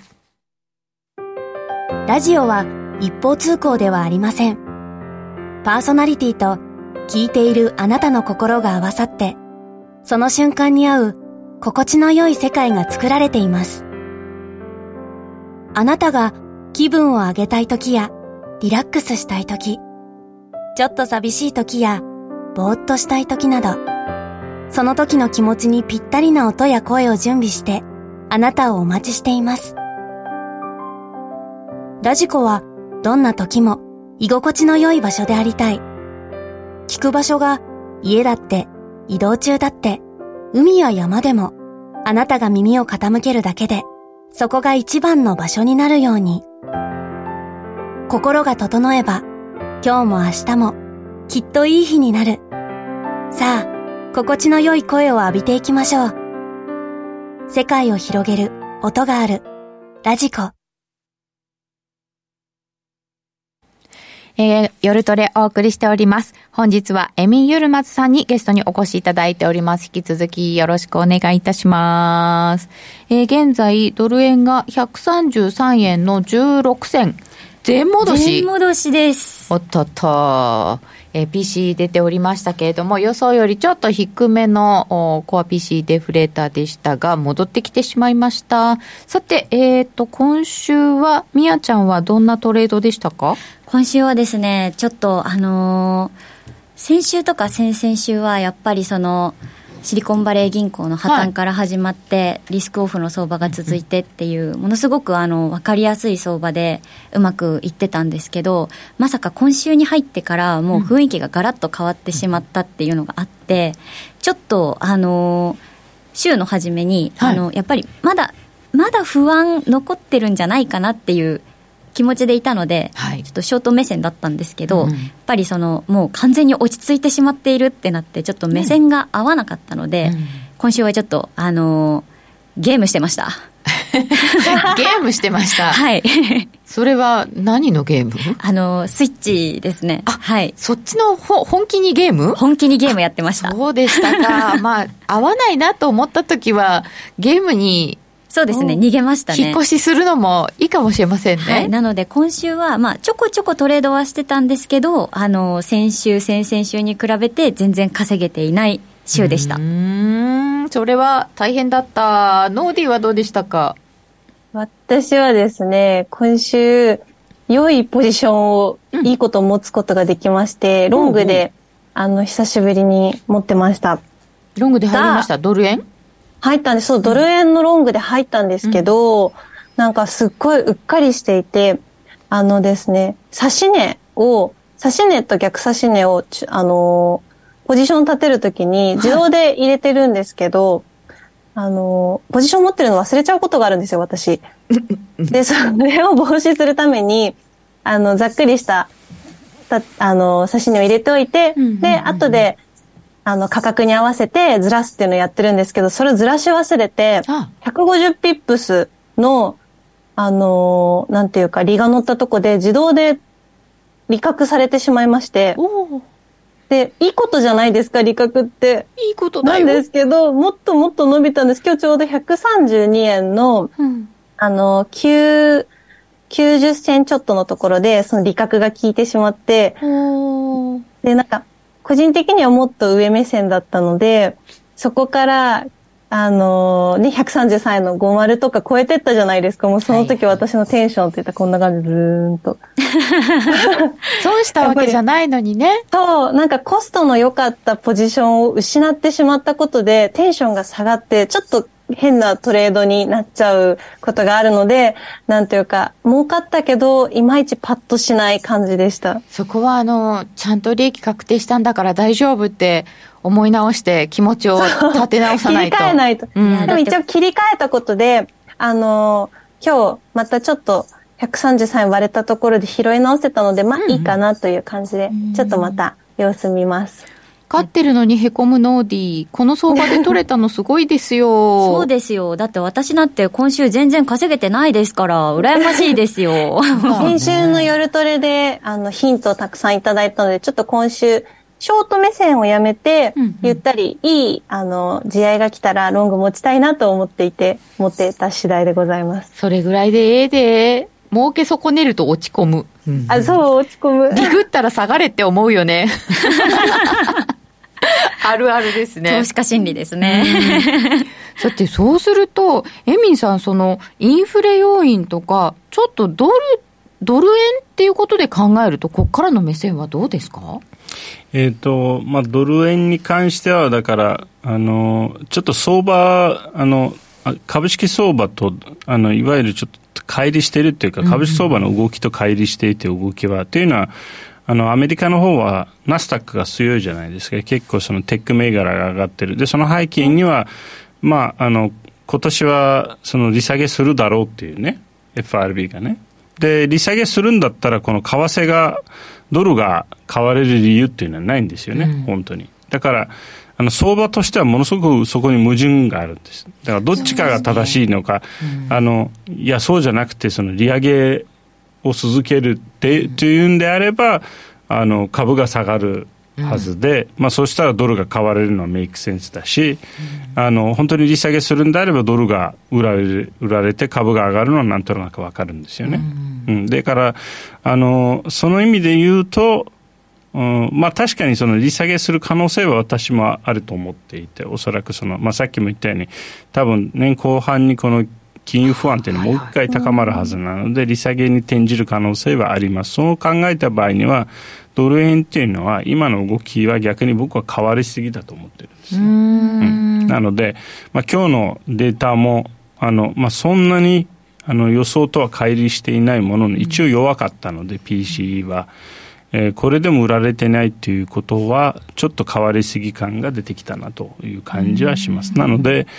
ラジオは一方通行ではありません。パーソナリティと聞いているあなたの心が合わさって、その瞬間に合う心地の良い世界が作られています。あなたが気分を上げたい時やリラックスしたい時、ちょっと寂しい時やぼーっとしたい時など、その時の気持ちにぴったりな音や声を準備してあなたをお待ちしています。ラジコはどんな時も居心地の良い場所でありたい。聞く場所が家だって移動中だって海や山でも、あなたが耳を傾けるだけでそこが一番の場所になるように。心が整えば今日も明日もきっといい日になる。さあ、心地の良い声を浴びていきましょう。世界を広げる音があるラジコ。 夜トレお送りしております。本日はエミン・ユルマズさんにゲストにお越しいただいております。引き続きよろしくお願いいたします。現在ドル円が133円の16銭。全戻し。 全戻しです。 おっとっと。PC 出ておりましたけれども、予想よりちょっと低めのコア PC デフレーターでしたが、戻ってきてしまいました。さて、今週はみやちゃんはどんなトレードでしたか？ 今週はですね、ちょっと先週とか先々週はやっぱりそのシリコンバレー銀行の破綻から始まって、リスクオフの相場が続いてっていう、ものすごく分かりやすい相場でうまくいってたんですけど、まさか今週に入ってからもう雰囲気がガラッと変わってしまったっていうのがあって、ちょっと週の初めにやっぱりまだ不安残ってるんじゃないかなっていう気持ちでいたので、ちょっとショート目線だったんですけど、やっぱりもう完全に落ち着いてしまっているってなって、ちょっと目線が合わなかったので、今週はちょっとゲームしてましたゲームしてました。 はいそれは何のゲーム？ スイッチですね。はい。 そっちの本気にゲーム？ 本気にゲームやってました。 そうでしたか。まあ合わないなと思った時はゲームにそうですね、逃げましたね。 引っ越しするのもいいかもしれませんね。 はい、なので今週は、ちょこちょこトレードはしてたんですけど、先週、先々週に比べて全然稼げていない週でした。 それは大変だった。ノーディーはどうでしたか？ 私はですね、今週、良いポジションを、いいことを持つことができまして、ロングで、久しぶりに持ってました。 ロングで入りました？ドル円？ 入ったんです。そう、ドル円のロングで入ったんですけど、なんかすっごいうっかりしていて、ですね、指し値と逆指し値を、ポジション立てるときに自動で入れてるんですけど、ポジション持ってるの忘れちゃうことがあるんですよ、私。で、それを防止するために、ざっくりした、指し値を入れておいて、で、後で、価格に合わせてずらすっていうのをやってるんですけど、それをずらし忘れて、150ピップスの、なんていうか、利が乗ったとこで自動で利確されてしまいまして、で、いいことじゃないですか、利確って。 いいことだよ。 なんですけど、もっともっと伸びたんです。今日ちょうど132円の、90銭ちょっとのところで、その利確が効いてしまって、で、なんか、個人的にはもっと上目線だったので、そこから、133円の50とか超えてったじゃないですか。もうその時私のテンションって言ったらこんな感じでずーんと。 損したわけじゃないのにね。 そう、なんかコストの良かったポジションを失ってしまったことでテンションが下がって、ちょっと変なトレードになっちゃうことがあるので、なんというか、儲かったけど、いまいちパッとしない感じでした。 そこはちゃんと利益確定したんだから大丈夫って思い直して気持ちを立て直さないと。 切り替えないと。でも一応切り替えたことで、今日またちょっと133円割れたところで拾い直せたので、まあいいかなという感じで、ちょっとまた様子見ます。 勝ってるのにへこむノーディー。この相場で取れたのすごいですよ。 そうですよ。だって私なんて今週全然稼げてないですから、羨ましいですよ。 先週の夜トレで、ヒントをたくさんいただいたので、ちょっと今週、ショート目線をやめて、ゆったりいい、地合いが来たらロング持ちたいなと思っていて、持ってた次第でございます。 それぐらいでええで、儲け損ねると落ち込む。 そう、落ち込む。 ディグったら下がれって思うよね。あるあるですね。 投資家心理ですね。 だってそうすると、エミンさん、インフレ要因とか、ちょっとドル円っていうことで考えると、ここからの目線はどうですか？ ドル円に関しては、だから、ちょっと相場、株式相場と、いわゆるちょっと乖離しているというか、株式相場の動きと乖離していて動きは、というのは、アメリカの方はナスダックが強いじゃないですか。結構そのテック銘柄が上がってる。で、その背景には、今年はその利下げするだろうっていうね、FRB がね。で、利下げするんだったら、この為替が、ドルが買われる理由っていうのはないんですよね、本当に。だから、相場としてはものすごくそこに矛盾があるんです。だからどっちかが正しいのか、いや、そうじゃなくて、その利上げを続けるってというんであれば、株が下がるはずで、そうしたらドルが買われるのはメイクセンスだし、本当に利下げするんであればドルが売られて株が上がるのはなんとなくわかるんですよね。だから、その意味で言うと、確かにその利下げする可能性は私もあると思っていて、おそらくさっきも言ったように、多分年後半にこの金融不安というのももう一回高まるはずなので、利下げに転じる可能性はあります。そう考えた場合には、ドル円っていうのは今の動きは逆に僕は変わりすぎだと思ってるんですね。なので、今日のデータもそんなに予想とは乖離していないものの、一応弱かったので PCE は、これでも売られてないということはちょっと変わりすぎ感が出てきたなという感じはします。なので、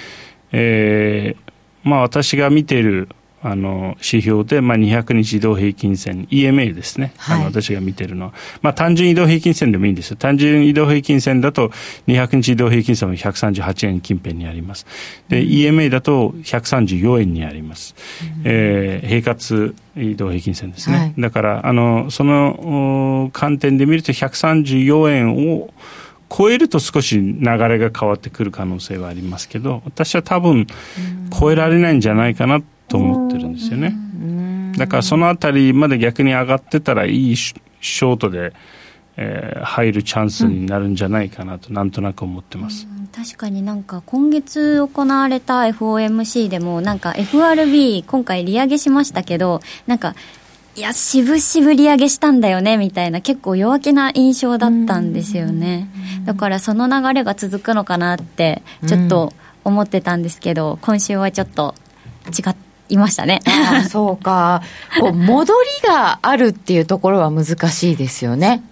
私が見ている指標で、200日移動平均線 EMA ですね、私が見ているのは、単純移動平均線でもいいんですよ。単純移動平均線だと200日移動平均線は138円近辺にあります。で、EMA だと134円にあります。平滑移動平均線ですね。だからその観点で見ると134円を超えると少し流れが変わってくる可能性はありますけど、私は多分超えられないんじゃないかなと思ってるんですよね。だからそのあたりまで逆に上がってたらいいショートで、入るチャンスになるんじゃないかなとなんとなく思ってます。 確かになんか今月行われた FOMC でもなんか FRB 今回利上げしましたけど、なんかいや渋々利上げしたんだよねみたいな結構弱気な印象だったんですよね。だからその流れが続くのかなってちょっと思ってたんですけど、今週はちょっと違いましたね。 そうか。戻りがあるっていうところは難しいですよね。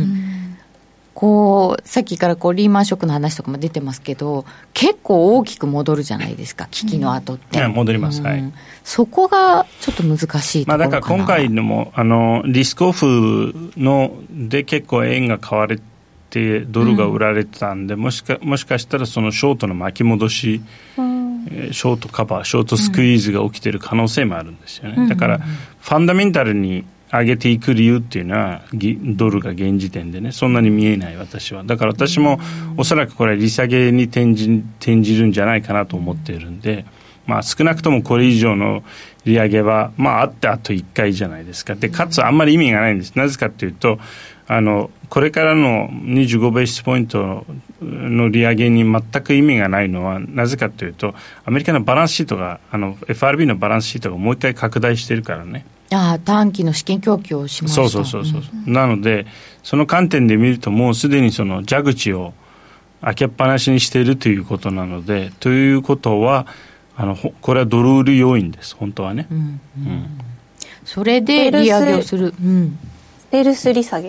さっきからリーマンショックの話とかも出てますけど、結構大きく戻るじゃないですか、危機の後って。 戻ります、 そこがちょっと難しいところかな。 だから今回のもリスクオフで結構円が買われてドルが売られてたんで、もしかしたらそのショートの巻き戻し、ショートカバー、ショートスクイーズが起きている可能性もあるんですよね。だからファンダメンタルに上げていく理由っていうのはドルが現時点でねそんなに見えない私は。だから私もおそらくこれは利下げに転じるんじゃないかなと思っているんで、少なくともこれ以上の利上げはあってあと1回じゃないですか。でかつあんまり意味がないんです。なぜかというとこれからの25ベーシスポイントの利上げに全く意味がないのはなぜかというと、アメリカのバランスシートがFRB のバランスシートがもう一回拡大しているからね。 短期の資金供給をしました。 そう、なのでその観点で見るともうすでにその蛇口を開けっぱなしにしているということなので、ということはこれはドル売り要因です本当はね、 それで利上げをする、 ステルス利下げ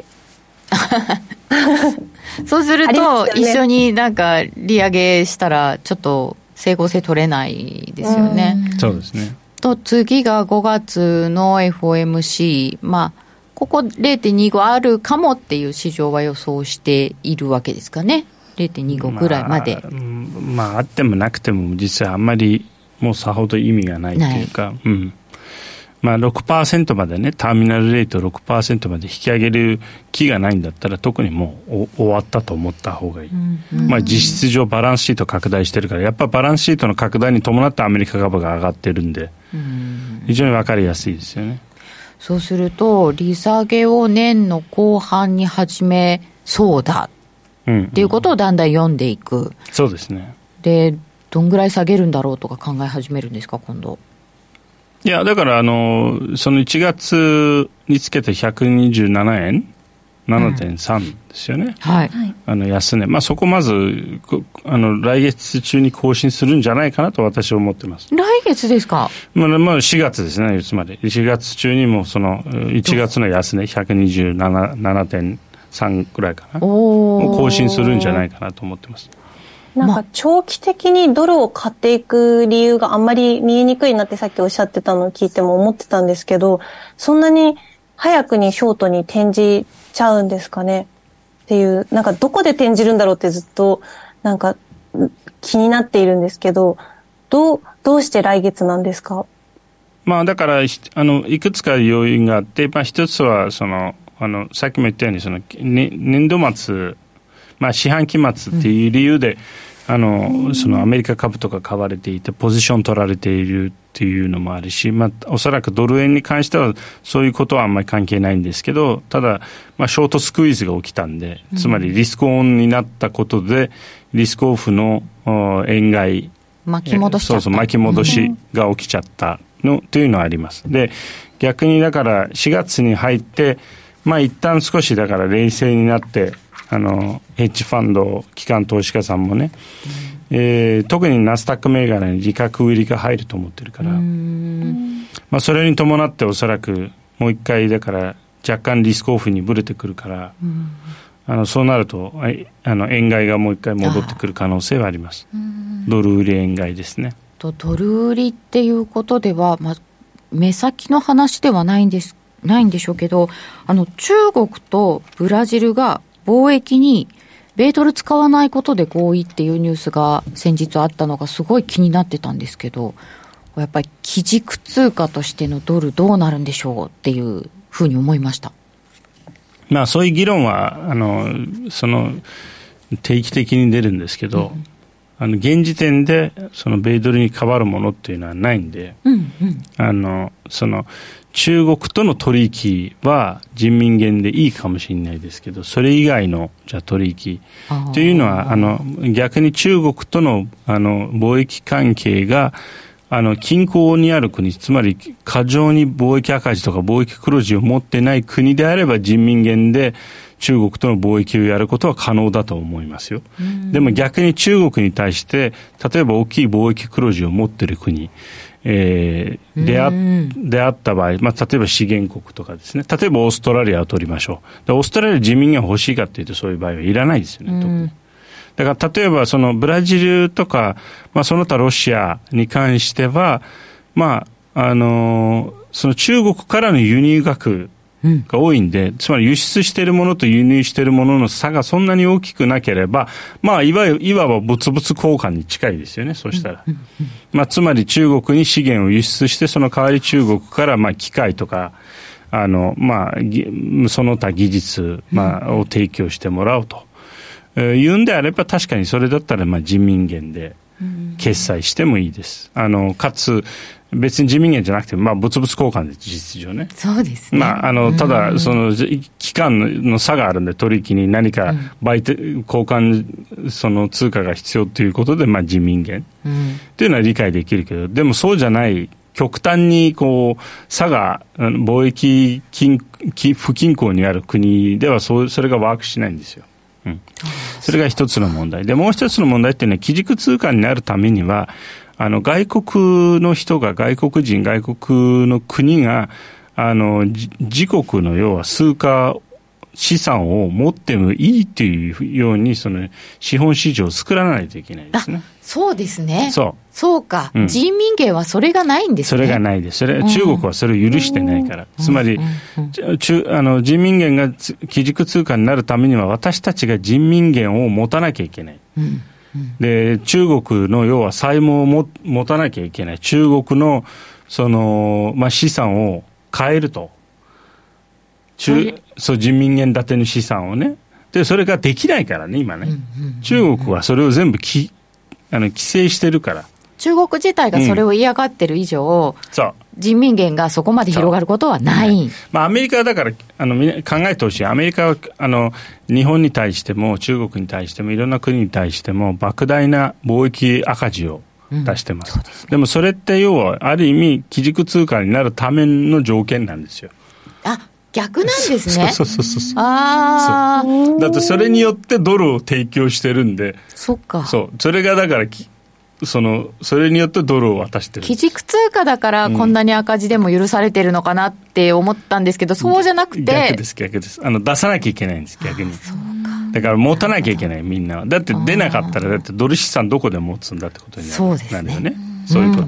そうすると、一緒になんか利上げしたらちょっと整合性取れないですよね。 そうですね。 と次が5月の FOMC、ここ 0.25 あるかもっていう市場は予想しているわけですかね。0.25 ぐらいまで、 あってもなくても実際あんまりもうさほど意味がないというか、6% までね、ターミナルレート 6% まで引き上げる気がないんだったら特にもう終わったと思った方がいい、実質上バランスシート拡大してるから、やっぱバランスシートの拡大に伴ってアメリカ株が上がってるんで、非常に分かりやすいですよね。 そうすると利下げを年の後半に始めそうだっていうことをだんだん読んでいく。 そうですね。 でどんぐらい下げるんだろうとか考え始めるんですか今度。 いやだからその1月につけて127円 7.3 ですよね、安値、そこまず来月中に更新するんじゃないかなと私は思ってます。 来月ですか。 4月ですね。つまり4月中にもその1月の安値 127.3 くらいかなを更新するんじゃないかなと思ってます。 なんか長期的にドルを買っていく理由があんまり見えにくいなってさっきおっしゃってたのを聞いても思ってたんですけど、そんなに早くにショートに転じちゃうんですかねっていう、なんかどこで転じるんだろうってずっとなんか気になっているんですけど、どうして来月なんですか。 だからいくつか要因があって、一つはさっきも言ったように年度末、四半期末っていう理由で、そのアメリカ株とか買われていてポジション取られているっていうのもあるし、おそらくドル円に関してはそういうことはあんまり関係ないんですけど、ただ、ショートスクイーズが起きたんで、つまりリスクオンになったことでリスクオフの円買い巻き戻しが起きちゃったというのはあります。で逆にだから4月に入って一旦少しだから冷静になってヘッジファンド機関投資家さんもね、特にナスダック銘柄に利確売りが入ると思ってるから、それに伴っておそらくもう一回だから若干リスクオフにぶれてくるから、そうなると円買いがもう一回戻ってくる可能性はあります。ドル売り円買いですね。 ドル売りっていうことでは、目先の話ではないんでしょうけど、中国とブラジルが貿易に米ドル使わないことで合意っていうニュースが先日あったのがすごい気になってたんですけど、やっぱり基軸通貨としてのドルどうなるんでしょうっていうふうに思いました。 そういう議論は定期的に出るんですけど、現時点でその米ドルに変わるものっていうのはないんで、中国との取引は人民元でいいかもしれないですけど、それ以外の取引というのは逆に中国との貿易関係が均衡にある国、つまり過剰に貿易赤字とか貿易黒字を持ってない国であれば人民元で中国との貿易をやることは可能だと思いますよ。でも逆に中国に対して例えば大きい貿易黒字を持っている国であった場合、例えば資源国とかですね、例えばオーストラリアを取りましょう。でオーストラリア人民元欲しいかというとそういう場合はいらないですよね、特に。だから例えばそのブラジルとか、その他ロシアに関しては、その中国からの輸入額が多いんで、つまり輸出しているものと輸入しているものの差がそんなに大きくなければ、いわば物々交換に近いですよね。そうしたら、つまり中国に資源を輸出して、その代わり中国から機械とかその他技術を提供してもらうというんであれば、確かにそれだったら人民元で決済してもいいです。かつ別に人民元じゃなくて物々交換で事実上ね。 そうですね。 ただその期間の差があるんで、取引に何か交換その通貨が必要ということで人民元というのは理解できるけど、でもそうじゃない極端に差が貿易不均衡にある国ではそれがワークしないんですよ。それが一つの問題で、もう一つの問題っていうのは基軸通貨になるためには外国の人が、外国人、外国の国が、自国の要は数価資産を持ってもいいっていうように、その資本市場を作らないといけないですね。 そうですね。 そうか、人民元はそれがないんですね。 それがないです。中国はそれを許してないから。つまり、人民元が基軸通貨になるためには、私たちが人民元を持たなきゃいけない。で、中国の要は債務を持たなきゃいけない。中国の、資産を変えると。人民元建ての資産をね。で、それができないからね、今ね。中国はそれを全部規制してるから。中国自体がそれを嫌がってる以上、人民元がそこまで広がることはない。 アメリカはだから考えてほしい。アメリカは日本に対しても中国に対してもいろんな国に対しても莫大な貿易赤字を出してます。でもそれって要はある意味基軸通貨になるための条件なんですよ。 逆なんですね。 そう。だってそれによってドルを提供してるんで。それがだからそれによってドルを渡してる。 基軸通貨だからこんなに赤字でも許されてるのかなって思ったんですけど、そうじゃなくて。 逆です。出さなきゃいけないんです、逆に。だから持たなきゃいけない、みんなは。だって出なかったら、だってドル資産どこで持つんだってことになるよね。そういうこと。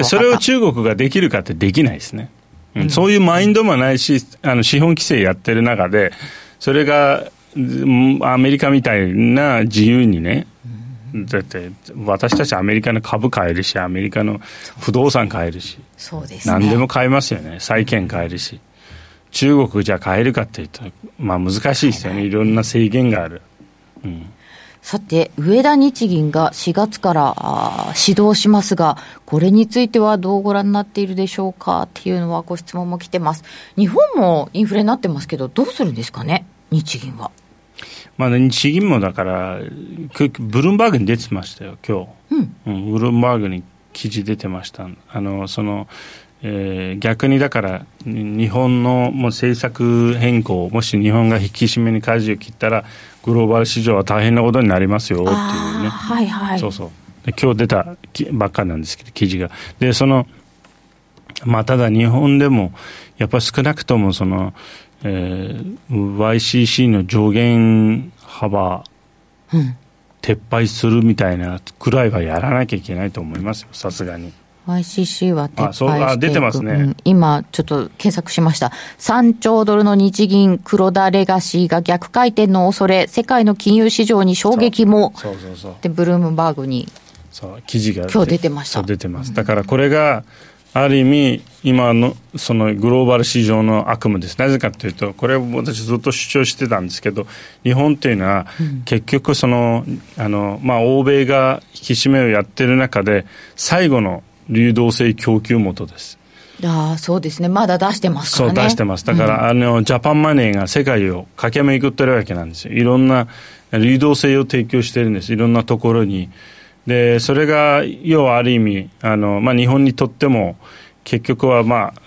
それを中国ができるかってできないですね。そういうマインドもないし、資本規制やってる中で、それがアメリカみたいな自由にね、だって私たちアメリカの株買えるし、アメリカの不動産買えるし、何でも買えますよね。債券買えるし。中国じゃ買えるかっていうと、難しいですよね。いろんな制限がある。 さて、植田日銀が4月から始動しますが、これについてはどうご覧になっているでしょうかっていうのはご質問も来てます。日本もインフレになってますけど、どうするんですかね、日銀は。 日銀もだからブルームバーグに出てましたよ今日、ブルームバーグに記事出てました。逆にだから日本のもう政策変更、もし日本が引き締めに舵を切ったらグローバル市場は大変なことになりますよっていうね。今日出たばっかりなんですけど、記事が。でただ日本でもやっぱり少なくともYCC の上限幅、撤廃するみたいなくらいはやらなきゃいけないと思いますよ、さすがに。 YCC は撤廃していく。 出てますね。 今ちょっと検索しました。3兆ドルの日銀黒田レガシーが逆回転の恐れ、世界の金融市場に衝撃も。でブルームバーグに記事が今日出てました。 出てます。だからこれがある意味今のそのグローバル市場の悪夢です。なぜかというと、これを私ずっと主張してたんですけど、日本っていうのは結局欧米が引き締めをやってる中で最後の流動性供給元です。 そうですね。まだ出してますからね。 出してます。だから、ジャパンマネーが世界を駆け巡ってるわけなんですよ。いろんな流動性を提供してるんです。いろんなところに。でそれが要はある意味日本にとっても結局は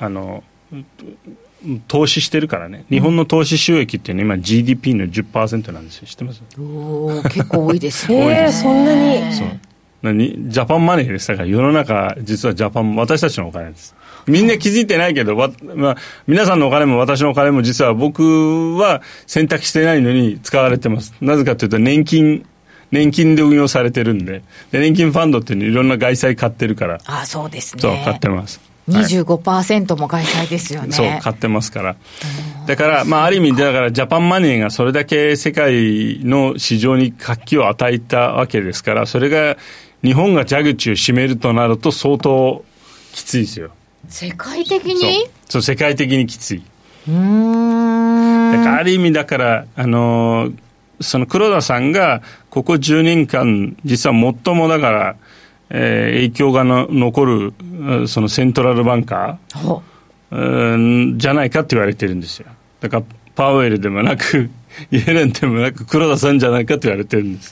投資してるからね。日本の投資収益っていうのは今 GDP の 10% なんですよ。知ってます？ 結構多いですね。 そんなに。 そうジャパンマネーでしたから、世の中実は私たちのお金です。みんな気づいてないけど、皆さんのお金も私のお金も実は僕は選択してないのに使われてます。なぜかというと年金で運用されてるんで、年金ファンドっていうのいろんな外債買ってるから。 そうですね。 買ってます。 25% も外債ですよね。 買ってますから。だから、ある意味、だからジャパンマネーがそれだけ世界の市場に活気を与えたわけですから、それが日本が蛇口を閉めるとなると相当きついですよ。 世界的に？ そう、世界的にきつい。だからある意味だから、その黒田さんがここ10年間実は最もだから影響が残るそのセントラルバンカーじゃないかって言われてるんですよ。だからパウエルでもなくイエレンでもなく黒田さんじゃないかって言われてるんです。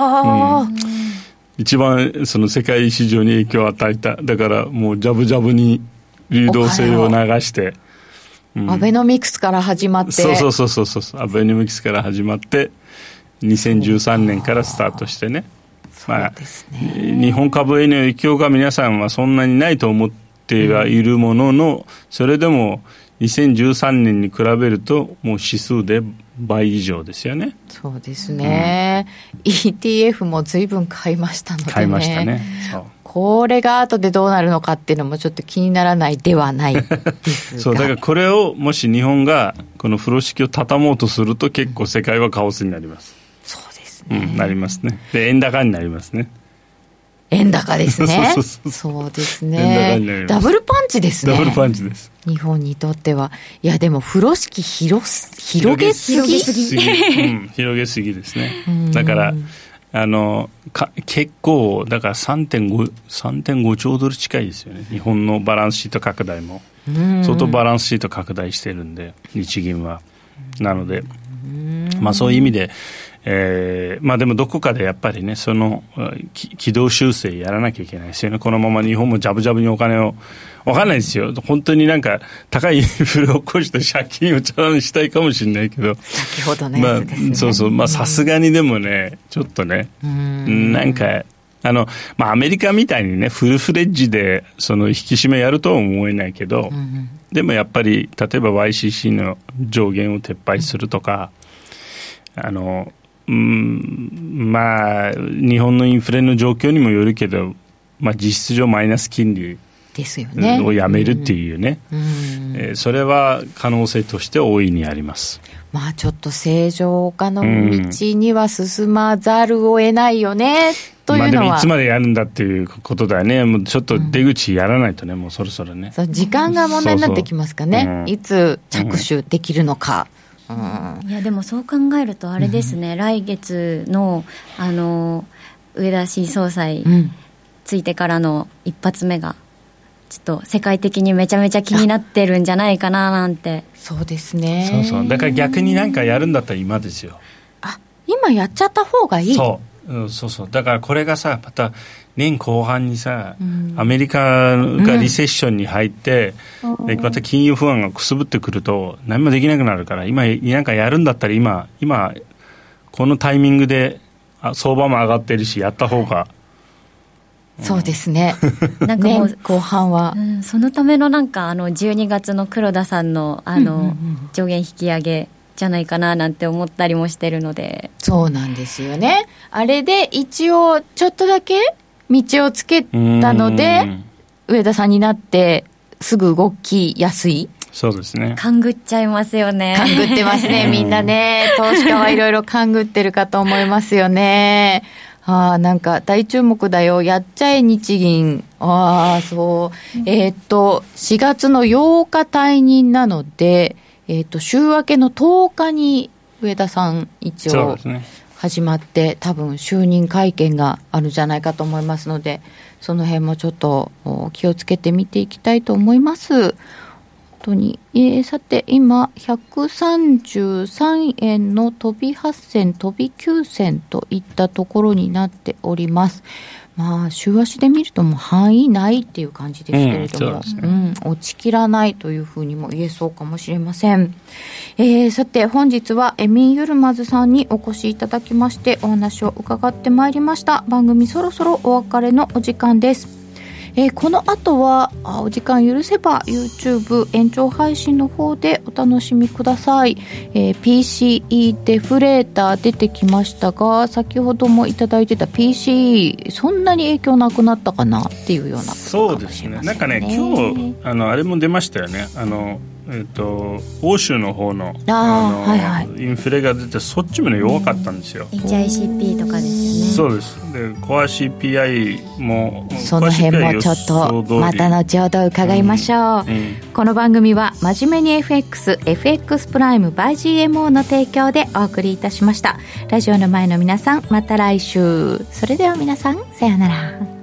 一番その世界市場に影響を与えた。だからもうジャブジャブに流動性を流して、 アベノミクスから始まって、 そうアベノミクスから始まって2013年からスタートしてね。 そうですね、 日本株への影響が皆さんはそんなにないと思ってはいるものの、それでも2013年に比べるともう指数で倍以上ですよね。 そうですね、ETF も随分買いましたのでね。 買いましたね。そうこれが後でどうなるのかっていうのもちょっと気にならないではないですがそうだからこれをもし日本がこの風呂敷を畳もうとすると結構世界はカオスになります。 そうですね、 なりますね。で円高になりますね。 円高ですね。そうですね。ダブルパンチですね。 ダブルパンチです。 日本にとっては。いやでも風呂敷広げすぎ広げすぎですね。だから結構だから 3.5 兆ドル近いですよね。日本のバランスシート拡大も相当バランスシート拡大してるんで、日銀は。なのでそういう意味ででもどこかでやっぱりね、その軌道修正やらなきゃいけないですよね。このまま日本もジャブジャブにお金を、わかんないですよ、本当になんか高いインフレを起こして借金をチャラにしたいかもしれないけど、 先ほどのやつですね。 そうそうさすがにでもねちょっとねなんかアメリカみたいにねフルフレッジでその引き締めやるとは思えないけど、でもやっぱり例えば YCC の上限を撤廃するとか、日本のインフレの状況にもよるけど、実質上マイナス金利ですよねをやめるっていうね、それは可能性として大いにあります。 ちょっと正常化の道には進まざるを得ないよね、というのは、 でもいつまでやるんだっていうことだよね。もうちょっと出口やらないとね、もうそろそろね。 時間が問題になってきますかね。いつ着手できるのか。 いやでもそう考えるとあれですね、来月の植田新総裁ついてからの一発目がちょっと世界的にめちゃめちゃ気になってるんじゃないかななんて。 そうですね。 そうだから逆になんかやるんだったら今ですよ。 今やっちゃった方がいい。 そうだからこれがさまた年後半にさ、アメリカがリセッションに入って、また金融不安がくすぶってくると何もできなくなるから、今なんかやるんだったら今このタイミングで相場も上がってるしやった方が、 そうですねなんかもう後半は、 そのためのなんか12月の黒田さんの上限引き上げじゃないかななんて思ったりもしてるので。 そうなんですよね。あれで一応ちょっとだけ道をつけたので上田さんになってすぐ動きやすい。 そうですね。 勘ぐっちゃいますよね。 勘ぐってますねみんなね。投資家はいろいろ勘ぐってるかと思いますよね。なんか大注目だよ、やっちゃえ日銀。そう4月の8日退任なので、週明けの10日に上田さん一応始まって、多分就任会見があるんじゃないかと思いますので、その辺もちょっと気をつけて見ていきたいと思います。本当に、さて今133円の飛び8銭飛び9銭といったところになっております。週足で見るともう範囲内っていう感じですけれども、落ちきらないというふうにも言えそうかもしれません。さて本日はエミン・ユルマズさんにお越しいただきましてお話を伺ってまいりました。番組そろそろお別れのお時間です。この後はお時間許せば YouTube 延長配信の方でお楽しみください。PCE デフレーター出てきましたが、先ほどもいただいてた PCE そんなに影響なくなったかなっていうような。 そうですね。なんかね今日あれも出ましたよね。欧州の方の、インフレが出てそっちもね弱かったんですよ。 HICP とかですよね。 そうです。でコア CPI もその辺もちょっとまた後ほど伺いましょう。この番組は真面目に FX プライム by GMO の提供でお送りいたしました。ラジオの前の皆さんまた来週。それでは皆さんさようなら。